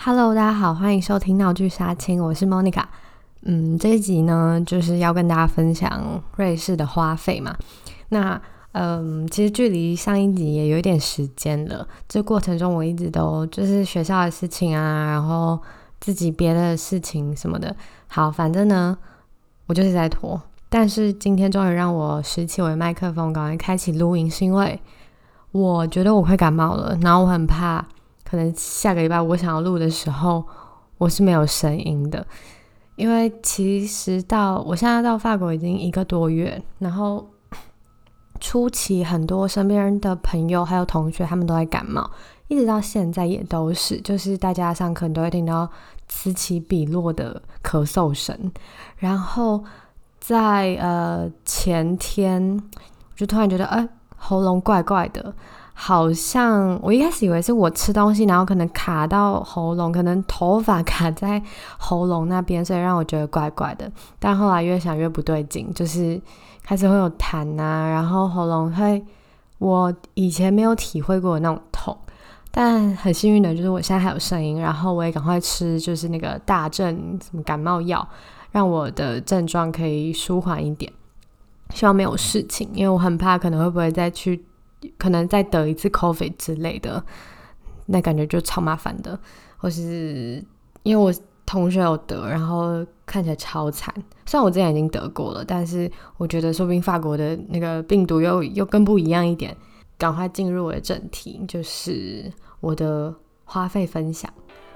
Hello，大家好，欢迎收听闹剧杀青，我是 Monica。这一集呢，就是要跟大家分享瑞士的花费嘛。那其实距离上一集也有一点时间了。这过程中我一直都就是学校的事情啊，然后自己别的事情什么的。好，反正呢，我就是在拖。但是今天终于让我拾起我的麦克风，赶快开启录音，是因为我觉得我快感冒了，然后我很怕。可能下个礼拜我想要录的时候我是没有声音的，因为其实我现在到法国已经1个多月，然后初期很多身边人的朋友还有同学他们都在感冒，一直到现在也都是，就是大家上课都会听到此起彼落的咳嗽声。然后在前天我就突然觉得喉咙怪怪的，好像我一开始以为是我吃东西然后可能卡到喉咙，可能头发卡在喉咙那边，所以让我觉得怪怪的。但后来越想越不对劲，就是开始会有痰啊，然后喉咙会我以前没有体会过的那种痛。但很幸运的就是我现在还有声音，然后我也赶快吃就是那个大正什么感冒药，让我的症状可以舒缓一点，希望没有事情，因为我很怕可能会不会可能再得一次 COVID 之类的，那感觉就超麻烦的。或是因为我同学有得，然后看起来超惨，虽然我之前已经得过了，但是我觉得说不定法国的那个病毒又更不一样一点。赶快进入我的正题，就是我的花费分享。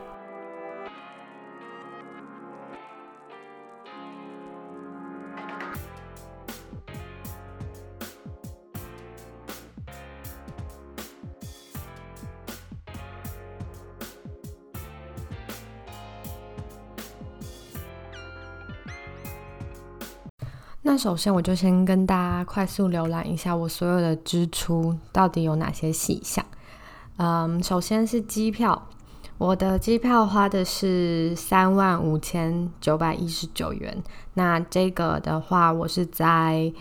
那首先我就先跟大家快速浏览一下我所有的支出到底有哪些细项。首先是机票，我的机票花的是35,919元。那这个的话我是在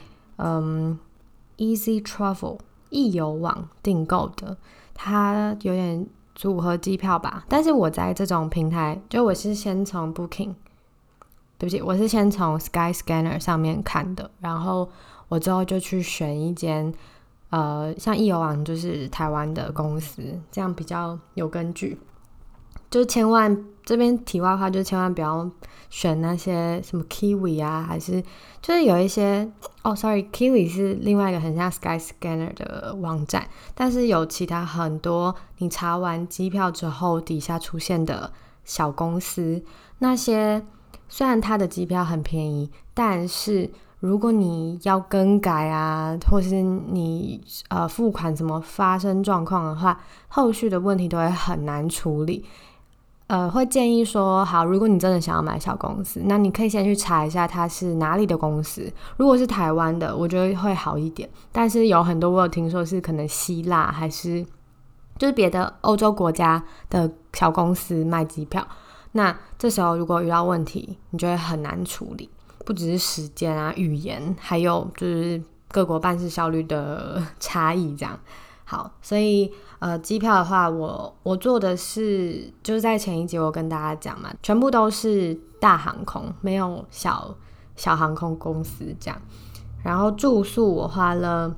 Easy Travel 易游网订购的，它有点组合机票吧，但是我在这种平台，就我是先从 Booking，对不起，我是先从 Skyscanner 上面看的，然后我之后就去选一间像易游网就是台湾的公司，这样比较有根据。就千万这边题外话，就千万不要选那些什么 Kiwi 啊，还是就是有一些Kiwi 是另外一个很像 Skyscanner 的网站，但是有其他很多你查完机票之后底下出现的小公司，那些虽然它的机票很便宜，但是如果你要更改啊，或是你付款什么发生状况的话，后续的问题都会很难处理。会建议说，好，如果你真的想要买小公司，那你可以先去查一下它是哪里的公司。如果是台湾的，我觉得会好一点。但是有很多我有听说是可能希腊还是就是别的欧洲国家的小公司卖机票，那这时候如果遇到问题，你就会很难处理，不只是时间啊、语言，还有就是各国办事效率的差异这样。好，所以机票的话，我做的是就是在前一集我跟大家讲嘛，全部都是大航空，没有小航空公司这样。然后住宿我花了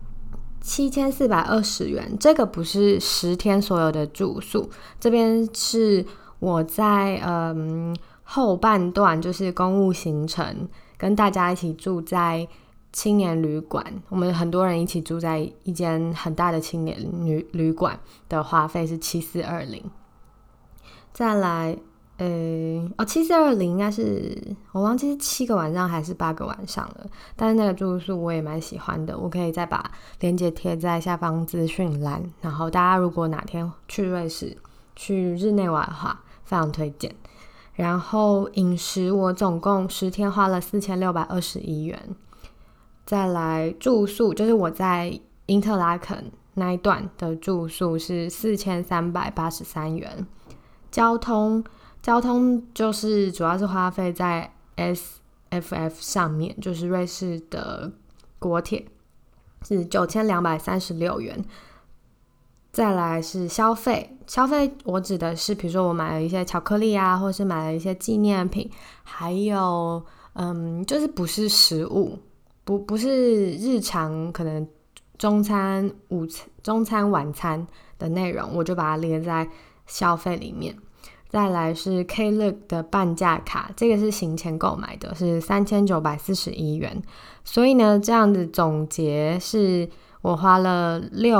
7420元，这个不是10天所有的住宿，这边是我在后半段就是公务行程，跟大家一起住在青年旅馆，我们很多人一起住在一间很大的青年旅馆的花费是7420。再来7420应该是我忘记是7个晚上还是8个晚上了，但是那个住宿我也蛮喜欢的，我可以再把链接贴在下方资讯栏，然后大家如果哪天去瑞士去日内瓦的话非常推荐。然后饮食我总共10天花了4621元。再来住宿，就是我在因特拉肯那一段的住宿是4383元。交通就是主要是花费在 SFF 上面，就是瑞士的国铁是9236元。 再来是消费我指的是比如说我买了一些巧克力啊，或是买了一些纪念品，还有就是不是食物，不是日常可能中餐晚餐的内容，我就把它列在消费里面。再来是 Klook 的半价卡，这个是行前购买的，是3941元，所以呢这样子总结是我花了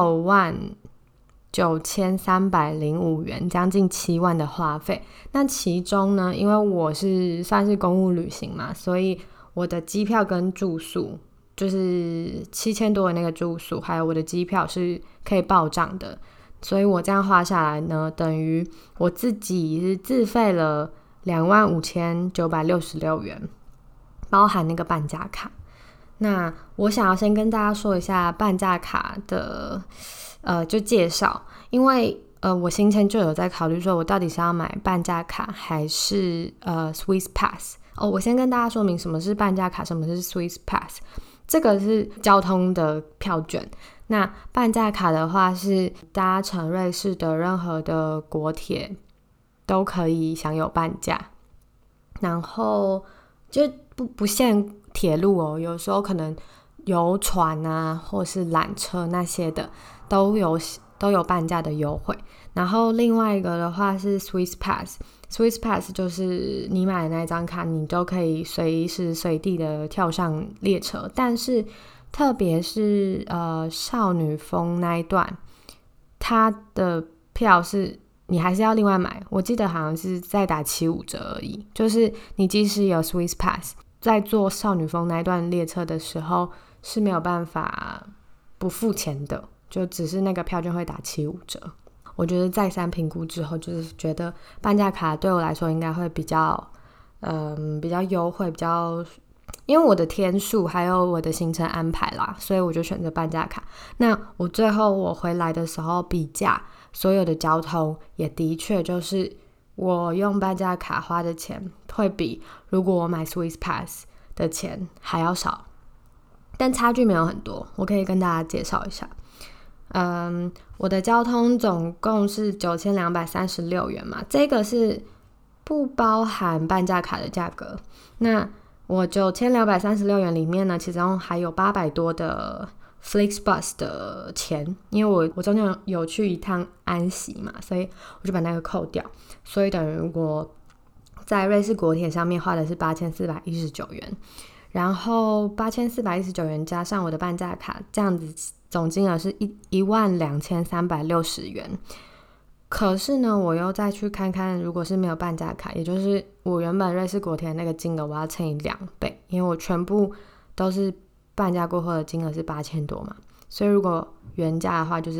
69305元，将近7万的花费。那其中呢，因为我是算是公务旅行嘛，所以我的机票跟住宿就是7000多的那个住宿，还有我的机票是可以报账的，所以我这样花下来呢，等于我自己是自费了25966元，包含那个半价卡。那我想要先跟大家说一下半价卡的就介绍，因为我先前就有在考虑说我到底是要买半价卡还是Swiss Pass。我先跟大家说明什么是半价卡，什么是 Swiss Pass。这个是交通的票券，那半价卡的话是搭乘瑞士的任何的国铁都可以享有半价，然后就不限铁路哦，有时候可能游船啊或是缆车那些的都有半价的优惠。然后另外一个的话是 Swiss Pass 就是你买的那张卡，你都可以随时随地的跳上列车，但是特别是少女峰那一段，它的票是你还是要另外买，我记得好像是再打75折而已，就是你即使有 Swiss Pass， 在坐少女峰那一段列车的时候是没有办法不付钱的，就只是那个票券会打75折。我觉得再三评估之后，就是觉得半价卡对我来说应该会比较优惠，因为我的天数还有我的行程安排啦，所以我就选择半价卡。那我最后我回来的时候比价所有的交通，也的确就是我用半价卡花的钱会比如果我买 Swiss Pass 的钱还要少，但差距没有很多，我可以跟大家介绍一下。我的交通总共是9236元嘛，这个是不包含半价卡的价格。那我9236元里面呢，其中还有800多的 FlixBus 的钱，因为我中间有去一趟安息嘛，所以我就把那个扣掉，所以等于我在瑞士国铁上面花的是8419元，然后8419元加上我的半价卡，这样子总金额是12360元。可是呢，我又再去看看，如果是没有半价卡，也就是我原本瑞士国铁那个金额，我要乘以2倍，因为我全部都是半价过后的金额是8000多嘛，所以如果原价的话就是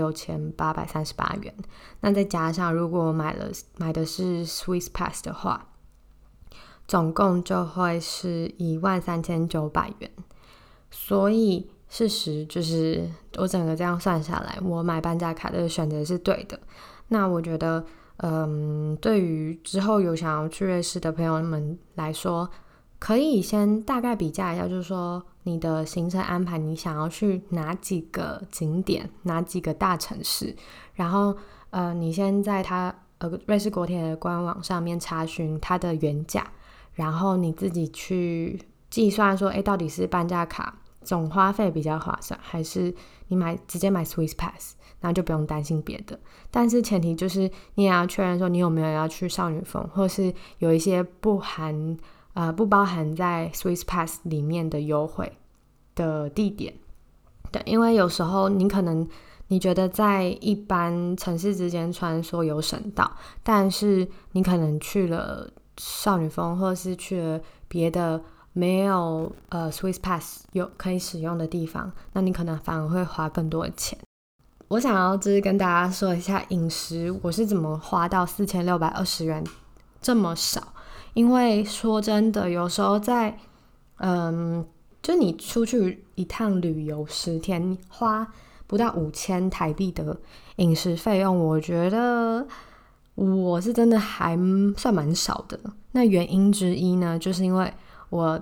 16838元。那再加上如果我买的是 Swiss Pass 的话，总共就会是13900元。所以事实就是我整个这样算下来，我买半价卡的选择是对的。那我觉得对于之后有想要去瑞士的朋友们来说，可以先大概比价一下，就是说你的行程安排，你想要去哪几个景点，哪几个大城市，然后你先在瑞士国铁的官网上面查询它的原价，然后你自己去计算说到底是半价卡总花费比较划算，还是你直接买 Swiss Pass， 然后就不用担心别的。但是前提就是你也要确认说你有没有要去少女峰，或是有一些不包含在 Swiss Pass 里面的优惠的地点。对，因为有时候你觉得在一般城市之间穿梭有省到，但是你可能去了少女峰，或是去了别的没有Swiss Pass 可以使用的地方，那你可能反而会花更多的钱。我想要就是跟大家说一下饮食我是怎么花到4620元这么少。因为说真的，有时候在就你出去一趟旅游10天，花不到5000台币的饮食费用，我觉得我是真的还算蛮少的。那原因之一呢，就是因为我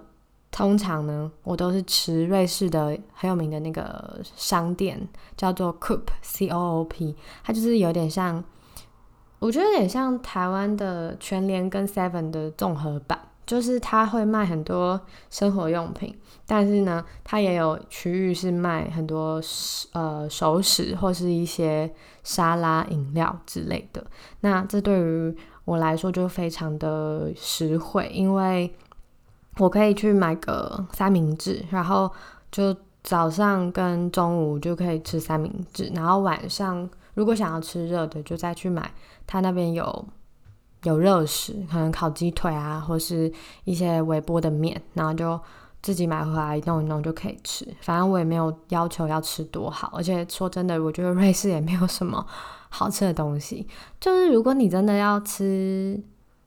通常呢我都是吃瑞士的很有名的那个商店，叫做 Coop C-O-O-P， 它就是有点像，我觉得有点像台湾的全联跟 Seven 的综合版，就是它会卖很多生活用品，但是呢它也有区域是卖很多熟食或是一些沙拉饮料之类的。那这对于我来说就非常的实惠，因为我可以去买个三明治，然后就早上跟中午就可以吃三明治，然后晚上如果想要吃热的就再去买，他那边有热食，可能烤鸡腿啊，或是一些微波的面，然后就自己买回来弄一弄就可以吃。反正我也没有要求要吃多好，而且说真的，我觉得瑞士也没有什么好吃的东西。就是如果你真的要吃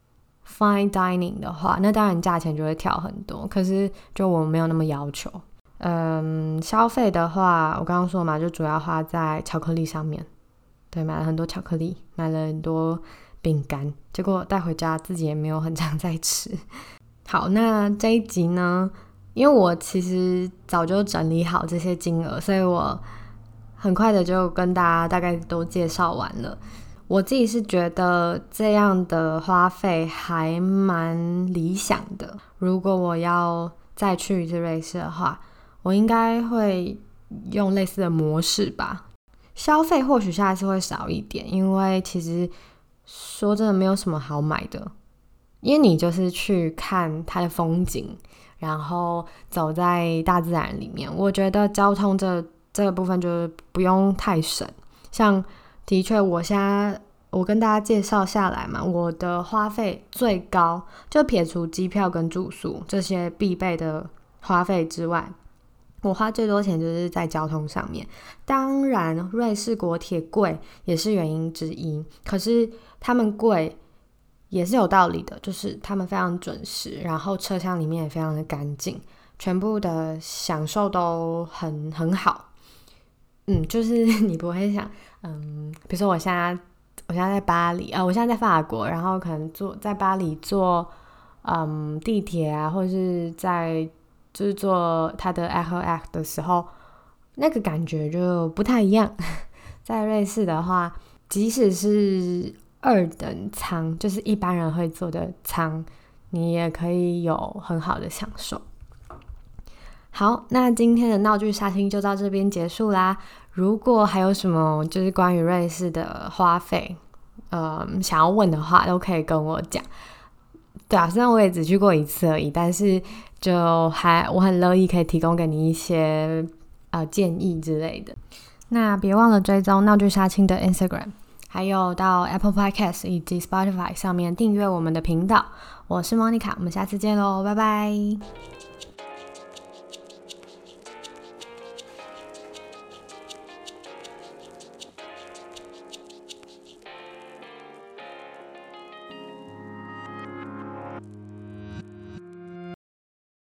fine dining 的话，那当然价钱就会跳很多，可是就我没有那么要求。消费的话，我刚刚说嘛，就主要花在巧克力上面。对，买了很多巧克力，买了很多饼干，结果带回家自己也没有很常在吃。好，那这一集呢，因为我其实早就整理好这些金额，所以我很快的就跟大家大概都介绍完了。我自己是觉得这样的花费还蛮理想的，如果我要再去一次瑞士的话，我应该会用类似的模式吧。消费或许下次会少一点，因为其实说真的没有什么好买的，因为你就是去看它的风景，然后走在大自然里面。我觉得交通这个部分就是不用太省，像的确我跟大家介绍下来嘛，我的花费最高就撇除机票跟住宿这些必备的花费之外，我花最多钱就是在交通上面。当然瑞士国铁贵也是原因之一，可是他们贵也是有道理的，就是他们非常准时，然后车厢里面也非常的干净，全部的享受都很好。就是你不会想比如说我现在在巴黎我现在在法国，然后可能在巴黎坐地铁啊，或者是就是坐它的 Echo 的时候，那个感觉就不太一样。在瑞士的话，即使是二等舱，就是一般人会坐的舱，你也可以有很好的享受。好，那今天的闹剧杀青就到这边结束啦。如果还有什么就是关于瑞士的花费想要问的话，都可以跟我讲。对啊，虽然我也只去过一次而已，但是我很乐意可以提供给你一些建议之类的。那别忘了追踪闹剧杀青的 Instagram， 还有到 Apple Podcast 以及 Spotify 上面订阅我们的频道。我是 Monica， 我们下次见咯，拜拜。